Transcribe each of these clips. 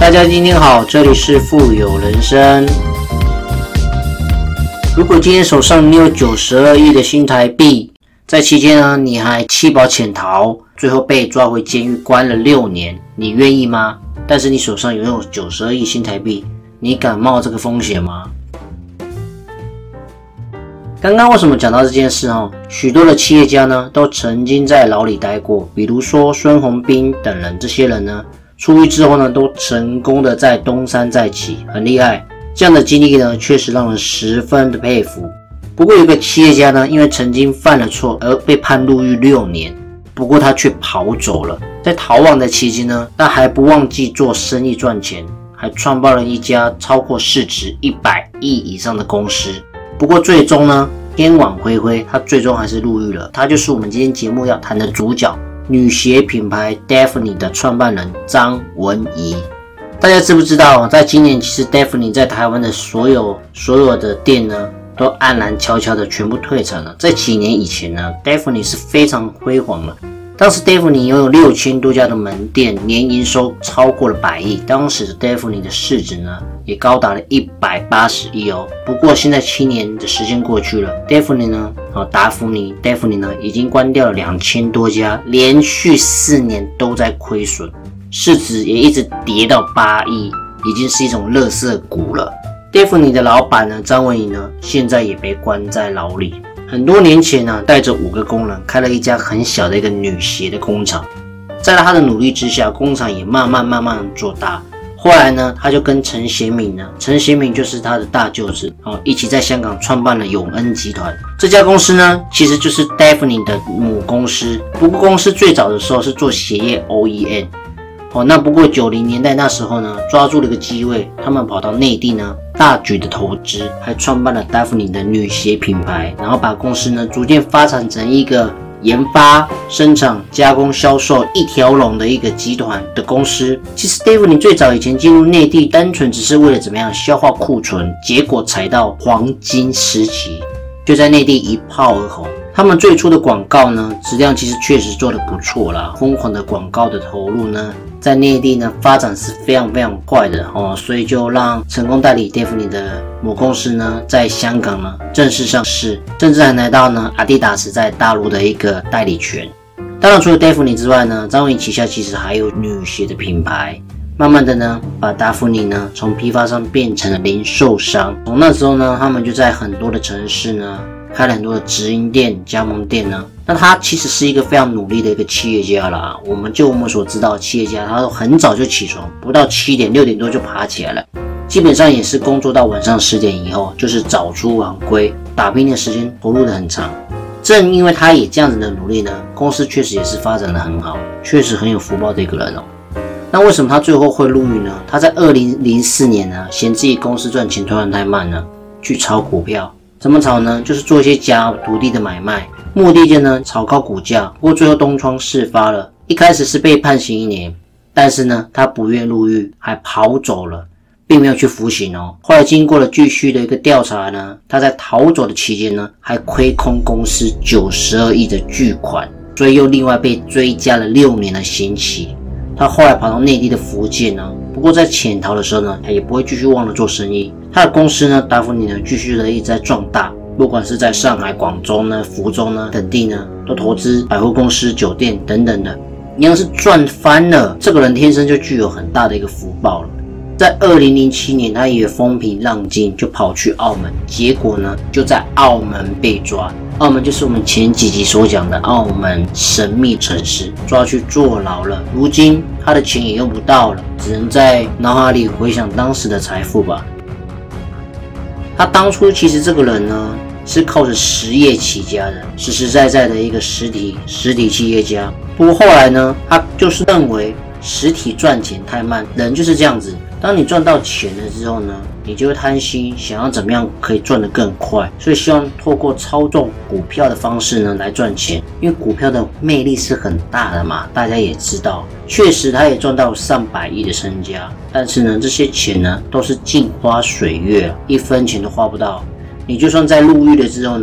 大家今天好，这里是富有人生。如果今天手上你有92亿的新台币，在期间呢，你还弃保潜逃，最后被抓回监狱关了6年，你愿意吗？但是你手上拥有92亿新台币，你敢冒这个风险吗？刚刚为什么讲到这件事许多的企业家呢都曾经在牢里待过，比如说孙宏斌等人，这些人呢出狱之后呢都成功的在东山再起，很厉害。这样的经历呢确实让人十分的佩服。不过有一个企业家呢因为曾经犯了错而被判入狱6年，不过他却跑走了。在逃亡的期间呢，他还不忘记做生意赚钱，还创办了一家超过市值100亿以上的公司。不过最终呢，天网恢恢，他最终还是入狱了。他就是我们今天节目要谈的主角，女鞋品牌 Daphne 的创办人张文仪。大家知不知道，在今年其实 Daphne 在台湾的所有的店呢，都黯然悄悄的全部退场了。在几年以前呢 ，Daphne 是非常辉煌的。当时 Daphne 拥有6000多家的门店，年营收超过了100亿。当时的 Daphne 的市值呢，也高达了180亿哦。不过现在7年的时间过去了 ，Daphne 呢已经关掉了2000多家，连续4年都在亏损，市值也一直跌到8亿，已经是一种垃圾股了。Daphne 的老板呢，张文仪呢，现在也被关在牢里。很多年前呢，带着5个工人开了一家很小的一个女鞋的工厂。在他的努力之下，工厂也慢慢做大。后来呢，他就跟陈贤敏就是他的大舅子一起在香港创办了永恩集团。这家公司呢，其实就是 Daphne 的母公司。不过公司最早的时候是做鞋业 OEM。那不过90年代那时候呢，抓住了一个机会，他们跑到内地呢，大举的投资，还创办了 Daphne 的女鞋品牌，然后把公司呢逐渐发展成一个研发、生产、加工、销售一条龙的一个集团的公司。其实 Daphne 最早以前进入内地，单纯只是为了怎么样消化库存，结果踩到黄金时期，就在内地一炮而红。他们最初的广告呢，质量其实确实做得不错啦，疯狂的广告的投入呢，在内地呢发展是非常快的所以就让成功代理 Daphne 的母公司呢，在香港呢正式上市，甚至还拿到呢阿迪达斯在大陆的一个代理权。当然除了 Daphne 之外呢，张文仪旗下其实还有女鞋的品牌，慢慢的呢把 Daphne 呢从批发商变成了零售商。从那时候呢，他们就在很多的城市呢开了很多的直营店、加盟店呢。那他其实是一个非常努力的一个企业家啦。我们所知道的企业家，他都很早就起床，不到7点6点多就爬起来了，基本上也是工作到晚上10点以后，就是早出晚归，打拼的时间投入的很长。正因为他也这样子的努力呢，公司确实也是发展的很好，确实很有福报的一个人那为什么他最后会入狱呢？他在2004年呢，嫌自己公司赚钱突然太慢了，去炒股票。怎么炒呢？就是做一些假土地的买卖，目的就呢炒高股价。不过最后东窗事发了，一开始是被判刑1年，但是呢他不愿入狱，还跑走了，并没有去服刑后来经过了继续的一个调查呢，他在逃走的期间呢，还亏空公司92亿的巨款，所以又另外被追加了6年的刑期。他后来跑到内地的福建不过在潜逃的时候呢，他也不会继续忘了做生意。他的公司呢 Daphne 呢继续的一直在壮大，不管是在上海、广州呢、福州呢等地呢，都投资百货公司、酒店等等的，一样是赚翻了。这个人天生就具有很大的一个福报了。在2007年，他也风平浪静，就跑去澳门，结果呢就在澳门被抓。澳门就是我们前几集所讲的澳门神秘城市，抓去坐牢了。如今他的钱也用不到了，只能在脑海里回想当时的财富吧。他当初其实这个人呢，是靠着实业起家的，实实在在的一个实体企业家。不过后来呢，他就是认为实体赚钱太慢，人就是这样子。当你赚到钱了之后呢，你就会贪心，想要怎么样可以赚得更快，所以希望透过操纵股票的方式呢来赚钱。因为股票的魅力是很大的嘛，大家也知道，确实他也赚到上百亿的身家，但是呢，这些钱呢都是镜花水月，1分钱都花不到。你就算在入狱了之后呢，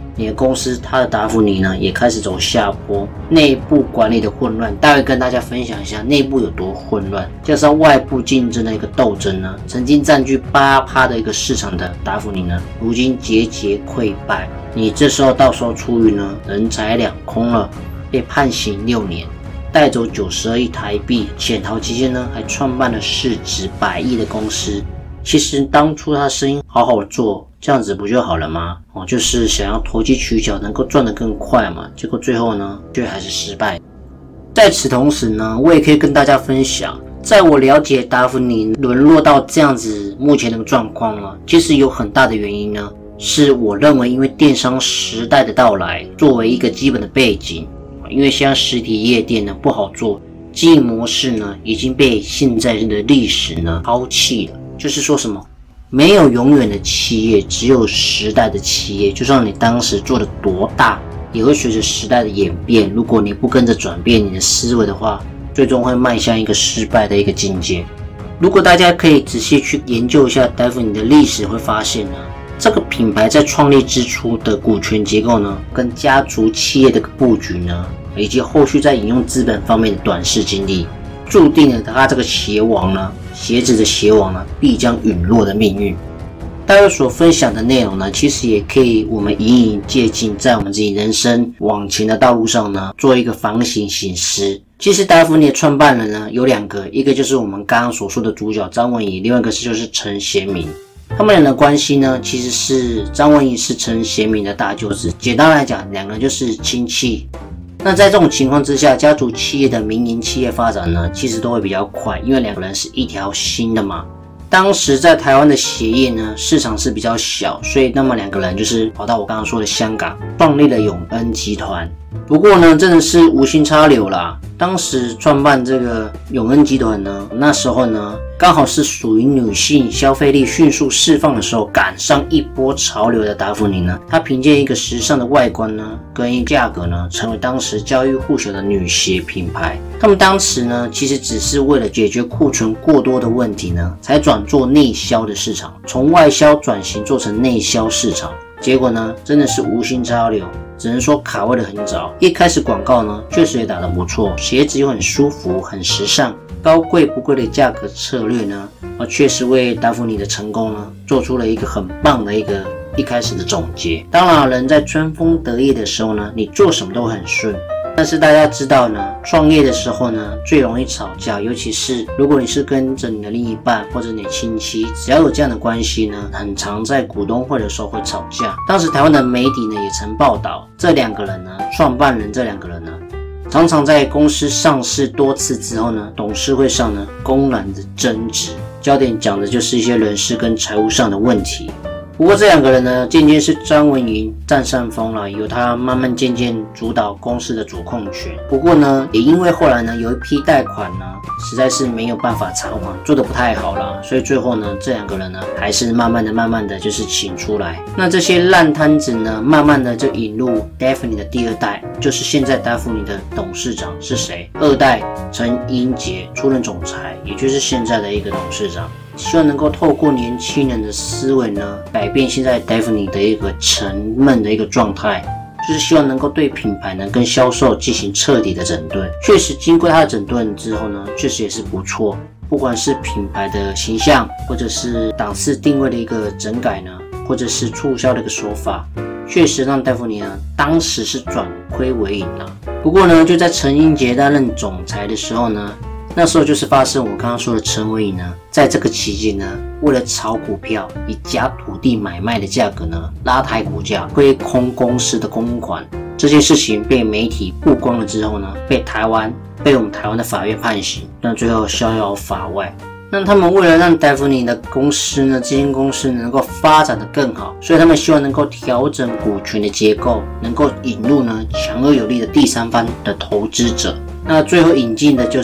你的公司它的达芙妮呢也开始走下坡，内部管理的混乱，待会跟大家分享一下内部有多混乱，加上外部竞争的一个斗争呢，曾经占据8%的一个市场的达芙妮呢，如今节节溃败，你这时候到时候出狱呢，人财两空了，被判刑6年，带走92亿台币，潜逃期间呢还创办了市值100亿的公司。其实当初他的生意好好做，这样子不就好了吗？就是想要投机取巧，能够赚得更快嘛。结果最后呢，却还是失败。在此同时呢，我也可以跟大家分享，在我了解达芙妮沦落到这样子目前的状况呢，其实有很大的原因呢，是我认为因为电商时代的到来，作为一个基本的背景，因为现在实体夜店呢不好做，经营模式呢已经被现在的历史呢抛弃了。就是说什么，没有永远的企业，只有时代的企业。就算你当时做的多大，也会随着时代的演变，如果你不跟着转变你的思维的话，最终会迈向一个失败的一个境界。如果大家可以仔细去研究一下达芙妮的历史，会发现呢，这个品牌在创立之初的股权结构呢，跟家族企业的布局呢，以及后续在引用资本方面的短视经历，注定了他这个鞋王呢，鞋子的鞋王呢，必将陨落的命运。大家所分享的内容呢，其实也可以我们隐隐借鉴，在我们自己人生往前的道路上呢，做一个反省省思。其实达芙妮的创办人呢有2个，一个就是我们刚刚所说的主角张文仪，另外一个就是陈贤明。他们俩的关系呢，其实是张文仪是陈贤明的大舅子，简单来讲，2个人就是亲戚。那在这种情况之下，家族企业的民营企业发展呢，其实都会比较快，因为2个人是一条心的嘛。当时在台湾的鞋业呢，市场是比较小，所以那么2个人就是跑到我刚刚说的香港，创立了永恩集团。不过呢，真的是无心插柳啦。当时创办这个永恩集团呢，那时候呢，刚好是属于女性消费力迅速释放的时候，赶上一波潮流的达芙妮呢，她凭借一个时尚的外观呢，跟一个价格呢，成为当时家喻户晓的女鞋品牌。他们当时呢，其实只是为了解决库存过多的问题呢，才转做内销的市场，从外销转型做成内销市场。结果呢，真的是无心插柳，只能说卡位的很早。一开始广告呢，确实也打得不错，鞋子又很舒服、很时尚，高贵不贵的价格策略呢，确实为达芙妮的成功呢，做出了一个很棒的一开始的总结。当然，人在春风得意的时候呢，你做什么都很顺。但是大家知道呢，创业的时候呢，最容易吵架，尤其是如果你是跟着你的另一半或者你的亲戚，只要有这样的关系呢，很常在股东会的时候会吵架。当时台湾的媒体呢也曾报道，这2个人呢，创办人这2个人呢，常常在公司上市多次之后呢，董事会上呢公然的争执，焦点讲的就是一些人事跟财务上的问题。不过这2个人呢，渐渐是张文仪占上风了，由他慢慢渐渐主导公司的主控权。不过呢，也因为后来呢，有一批贷款呢，实在是没有办法偿还，做得不太好了，所以最后呢，这2个人呢，还是慢慢的就是请出来。那这些烂摊子呢，慢慢的就引入达芙妮的第2代，就是现在达芙妮的董事长是谁？2代陈英杰出任总裁，也就是现在的一个董事长。希望能够透过年轻人的思维呢，改变现在达芙妮的一个沉闷的一个状态，就是希望能够对品牌呢跟销售进行彻底的整顿。确实经过他的整顿之后呢，确实也是不错，不管是品牌的形象，或者是档次定位的一个整改呢，或者是促销的一个手法，确实让达芙妮呢当时是转亏为盈了。不过呢，就在陈英杰担任总裁的时候呢，那时候就是发生我刚刚说的陈文仪呢，在这个期间呢，为了炒股票，以假土地买卖的价格呢拉抬股价，亏空公司的公款。这件事情被媒体曝光了之后呢，被我们台湾的法院判刑，但最后逍遥法外。那他们为了让达芙妮的公司呢，这间公司能够发展得更好，所以他们希望能够调整股权的结构，能够引入呢强而有力的第三方的投资者。那最后引进的就是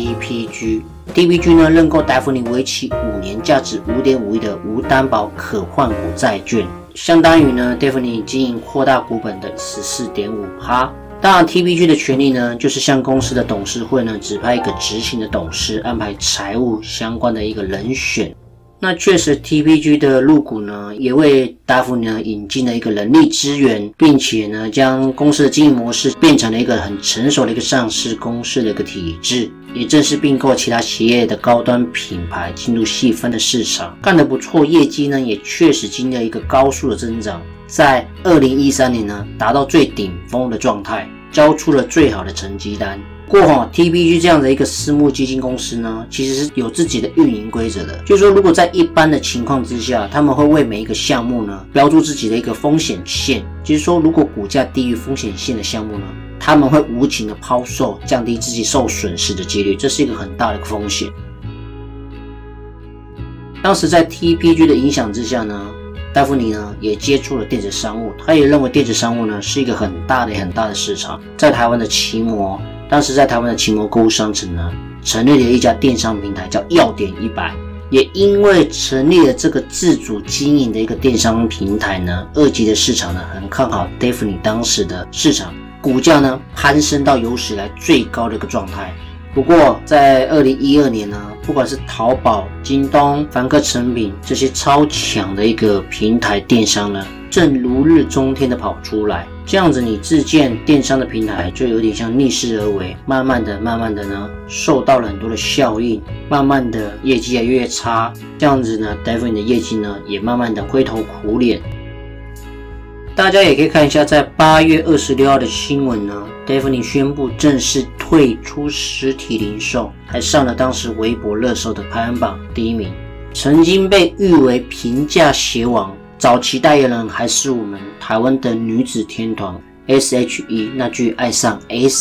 TPG。TPG 呢认购达芙妮为期5年，价值5.5亿的无担保可换股债券，相当于呢达芙妮经营扩大股本的 14.5%。当然 TPG 的权利呢，就是向公司的董事会呢指派一个执行的董事，安排财务相关的一个人选。 那确实 TPG 的入股呢，也为达芙妮呢引进了一个人力资源，并且呢将公司的经营模式变成了一个很成熟的一个上市公司的一个体制，也正是并购其他企业的高端品牌进入细分的市场，干得不错，业绩呢也确实经历了一个高速的增长，在2013年呢达到最顶峰的状态，交出了最好的成绩单。不过TPG 这样的一个私募基金公司呢，其实是有自己的运营规则的，就是说如果在一般的情况之下，他们会为每一个项目呢标注自己的一个风险线，就是说如果股价低于风险线的项目呢，他们会无情的抛售，降低自己受损失的几率，这是一个很大的风险。当时在 TPG 的影响之下呢，达芙妮呢也接触了电子商务，他也认为电子商务呢是一个很大的市场。在台湾的奇摩，当时在台湾的奇摩购物商城呢，成立了一家电商平台叫要点100，也因为成立了这个自主经营的一个电商平台呢，二级的市场呢很看好 Daphne 当时的市场，股价呢攀升到有史以来最高的一个状态。不过在2012年呢，不管是淘宝、京东、凡客诚品这些超强的一个平台电商呢，正如日中天的跑出来，这样子你自建电商的平台就有点像逆势而为，慢慢的呢受到了很多的效应，慢慢的业绩越来越差，这样子呢 Daphne 的业绩呢也慢慢的灰头苦脸。大家也可以看一下在8月26号的新闻呢， Daphne 宣布正式退出实体零售，还上了当时微博热搜的排行榜第1名。曾经被誉为平价鞋王，早期代言人还是我们台湾的女子天团 SHE， 那句爱上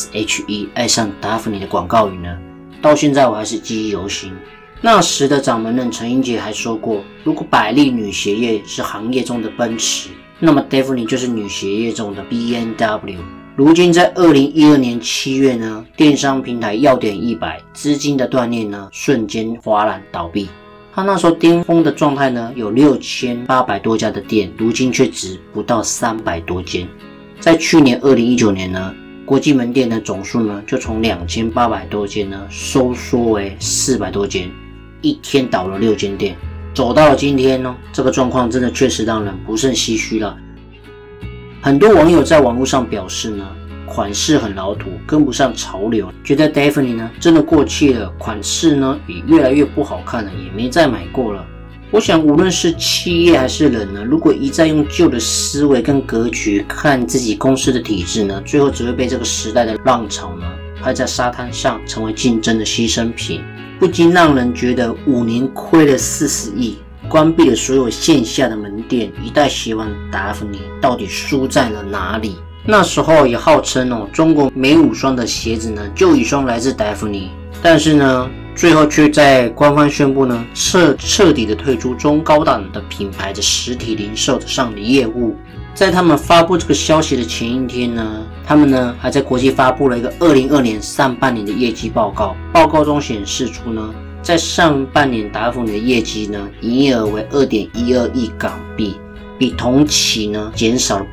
SHE 爱上 Daphne 的广告语呢，到现在我还是记忆犹新。那时的掌门人陈英杰还说过，如果百丽女鞋业是行业中的奔驰，那么 Daphne 就是女鞋业中的 BMW。 如今在2012年7月呢，电商平台要点100资金的断裂呢，瞬间哗然倒闭。他那时候巅峰的状态呢，有6800多家的店，如今却只不到300多间。在去年2019年呢，国际门店的总数呢，就从2800多间呢，收缩为400多间，一天倒了6间店。走到了今天呢，这个状况真的确实让人不胜唏嘘了。很多网友在网络上表示呢，款式很老土，跟不上潮流，觉得 Daphne 呢真的过气了，款式呢也越来越不好看了，也没再买过了。我想无论是企业还是人呢，如果一再用旧的思维跟格局看自己公司的体制呢，最后只会被这个时代的浪潮呢拍在沙滩上，成为竞争的牺牲品。不禁让人觉得5年亏了40亿，关闭了所有线下的门店，一代鞋王达芙妮到底输在了哪里？那时候也号称中国每5双的鞋子呢就1双来自达芙妮，但是呢最后却在官方宣布呢彻底的退出中高档的品牌的实体零售上的业务。在他们发布这个消息的前一天呢，他们呢还在国际发布了一个2022年上半年的业绩报告。报告中显示出呢，在上半年达芙妮的业绩呢，营业额为 2.12 亿港币，比同期呢减少了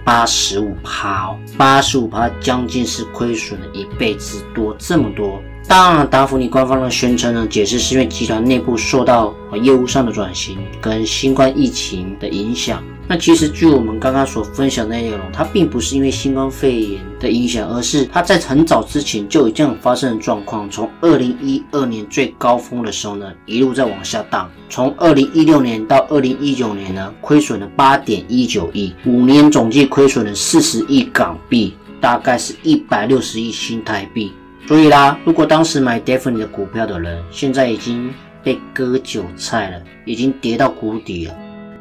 85%，85% 将近是亏损了1倍之多，这么多。当然达芙妮官方的宣称呢，解释是因为集团内部受到业务上的转型跟新冠疫情的影响。那其实据我们刚刚所分享的内容，它并不是因为新冠肺炎的影响，而是它在很早之前就已经发生的状况。从2012年最高峰的时候呢，一路在往下荡，从2016年到2019年呢，亏损了 8.19 亿，5年总计亏损了40亿港币，大概是160亿新台币。所以啦，如果当时买 Daphne 的股票的人，现在已经被割韭菜了，已经跌到谷底了。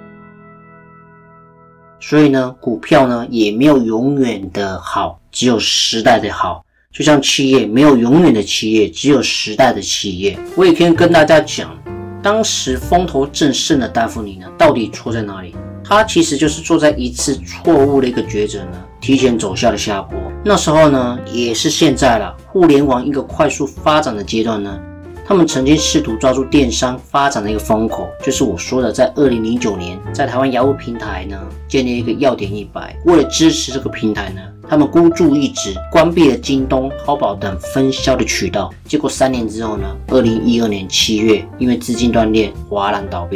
所以呢，股票呢也没有永远的好，只有时代的好。就像企业没有永远的企业，只有时代的企业。我也可以跟大家讲，当时风头正盛的达芙妮呢，到底错在哪里？它其实就是做在一次错误的一个抉择呢，提前走下了下坡。那时候呢，也是现在了，互联网一个快速发展的阶段呢，他们曾经试图抓住电商发展的一个风口，就是我说的在2009年在台湾雅虎平台呢建立一个要点100，为了支持这个平台呢，他们孤注一掷，关闭了京东、淘宝等分销的渠道。结果3年之后呢，2012年7月因为资金断裂哗然倒闭。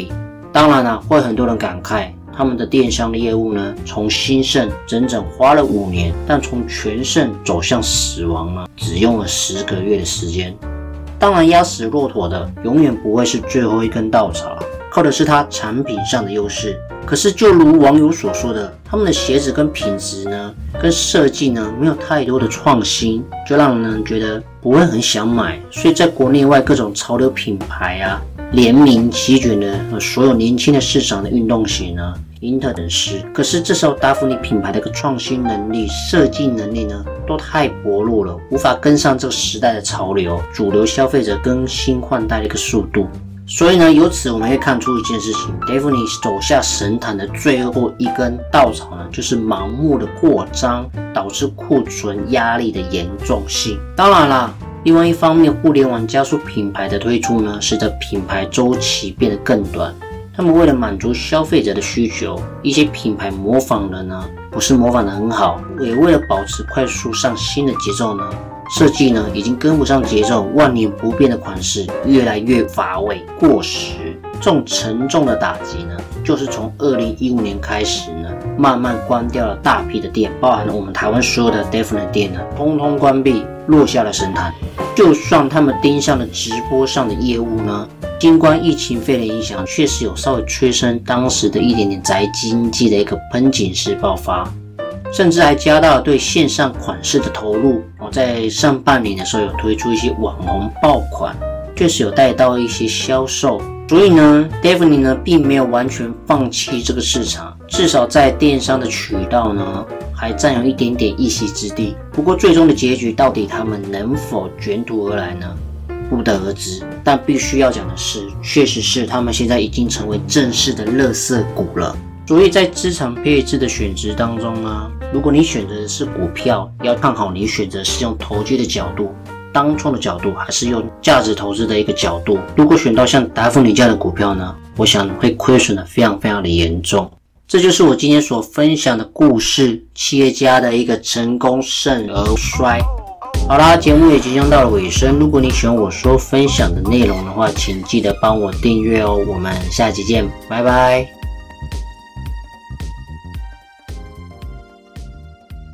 当然啦，会很多人感慨，他们的电商的业务呢，从兴盛整整花了5年，但从全盛走向死亡呢，只用了10个月的时间。当然，压死骆驼的永远不会是最后一根稻草，靠的是它产品上的优势。可是就如网友所说的，他们的鞋子跟品质呢，跟设计呢，没有太多的创新，就让人觉得不会很想买。所以在国内外各种潮流品牌啊，联名席卷了所有年轻的市场的运动鞋呢，英特等事。可是这时候达芙妮品牌的一个创新能力、设计能力呢，都太薄弱了，无法跟上这个时代的潮流，主流消费者更新换代的一个速度。所以呢，由此我们可以看出一件事情，达芙妮走下神坛的最后一根稻草呢，就是盲目的扩张，导致库存压力的严重性。当然啦，另外一方面，互联网加速品牌的推出呢，使得品牌周期变得更短。他们为了满足消费者的需求，一些品牌模仿的呢，不是模仿的很好，也为了保持快速上新的节奏呢，设计呢已经跟不上节奏，万年不变的款式越来越乏味过时。这种沉重的打击呢，就是从2015年开始呢，慢慢关掉了大批的店，包含了我们台湾所有的 达芙妮店呢，通通关闭，落下了神坛。就算他们盯上了直播上的业务呢，尽管疫情肺炎影响，确实有稍微催生当时的一点点宅经济的一个喷井式爆发，甚至还加大了对线上款式的投入。在上半年的时候有推出一些网红爆款，确实有带到一些销售。所以呢，达芙妮呢并没有完全放弃这个市场，至少在电商的渠道呢还占有一点点一席之地。不过最终的结局到底他们能否卷土而来呢？不得而知。但必须要讲的是，确实是他们现在已经成为正式的垃圾股了。所以在资产配置的选择当中呢，如果你选择的是股票，要看好你选择是用投机的角度、当冲的角度，还是用价值投资的一个角度。如果选到像达芙妮这样的股票呢，我想会亏损的非常非常的严重。这就是我今天所分享的故事，企业家的一个成功盛而衰。好啦，节目也即将到了尾声，如果你喜欢我所分享的内容的话，请记得帮我订阅哦。我们下期见，拜拜。